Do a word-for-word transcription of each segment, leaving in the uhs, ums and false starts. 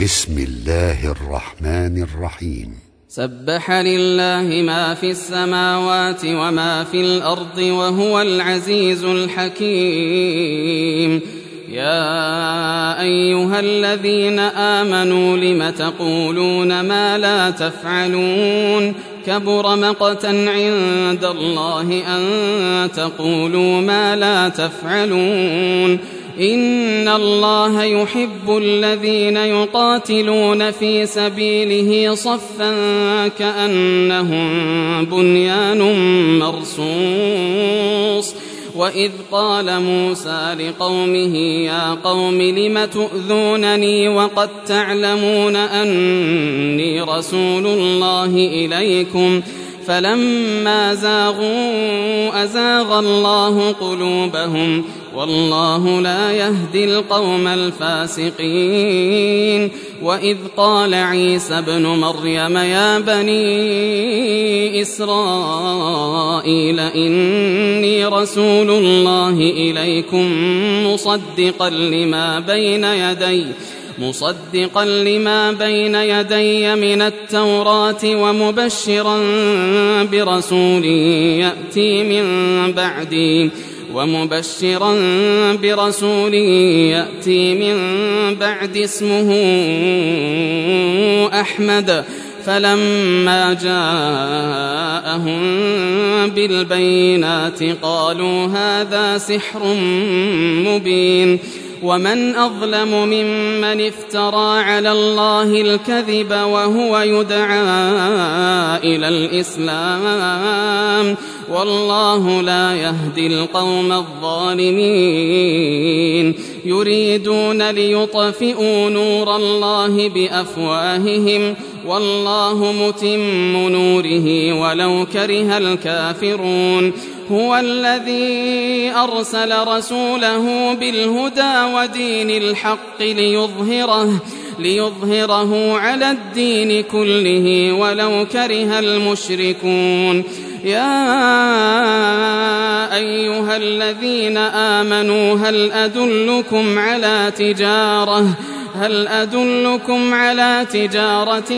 بسم الله الرحمن الرحيم. سبح لله ما في السماوات وما في الأرض وهو العزيز الحكيم. يا أيها الذين آمنوا لم تقولون ما لا تفعلون كبر مقتا عند الله أن تقولوا ما لا تفعلون إن الله يحب الذين يقاتلون في سبيله صفا كأنهم بنيان مرصوص. وإذ قال موسى لقومه يا قوم لم تؤذونني وقد تعلمون أني رسول الله إليكم فلما زاغوا أزاغ الله قلوبهم والله لا يهدي القوم الفاسقين. وإذ قال عيسى ابن مريم يا بني إسرائيل إني رسول الله إليكم مصدقا لما بين يدي مصدقا لما بين يدي من التوراة ومبشرا برسول يأتي من بعدي ومبشرا برسول يأتي من بعد اسمه أحمد. فلما جاءهم بالبينات قالوا هذا سحر مبين. ومن أظلم ممن افترى على الله الكذب وهو يدعى إلى الإسلام والله لا يهدي القوم الظالمين. يريدون ليطفئوا نور الله بأفواههم والله متم نوره ولو كره الكافرون. هو الذي أرسل رسوله بالهدى ودين الحق ليظهره ليظهره على الدين كله ولو كره المشركون. يا أيها الذين آمنوا هل أدلكم على تجارة هل أدلكم على تجارة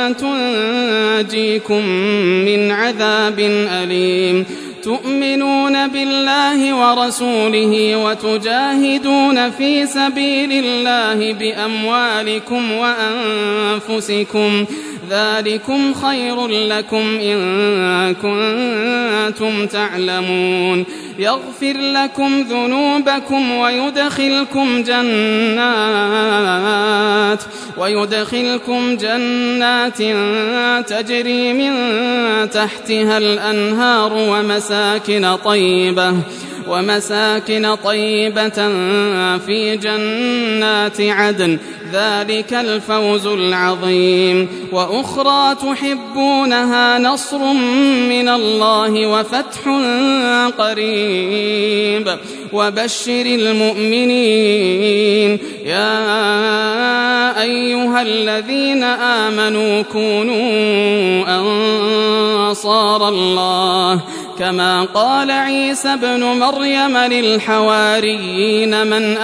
تنجيكم من عذاب أليم تؤمنون بالله ورسوله وتجاهدون في سبيل الله بأموالكم وأنفسكم ذلكم خير لكم إن كنتم تعلمون. يغفر لكم ذنوبكم ويدخلكم جنات ويدخلكم جنات تجري من تحتها الأنهار ومساكن طيبة ومساكن طيبة في جنات عدن ذلك الفوز العظيم. وأخرى تحبونها نصر من الله وفتح قريب وبشر المؤمنين. يا أيها الذين آمنوا كونوا أنصار الله كما قال عيسى ابن مريم للحواريين من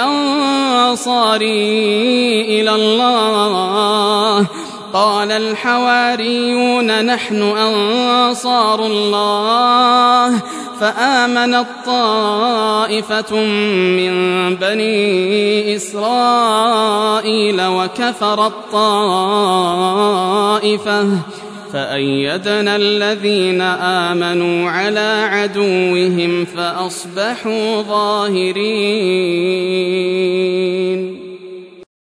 أنصاري إلى الله قال الحواريون نحن أنصار الله فآمنت طائفة من بني إسرائيل وكفرت طائفة فأيدنا الذين آمنوا على عدوهم فأصبحوا ظاهرين.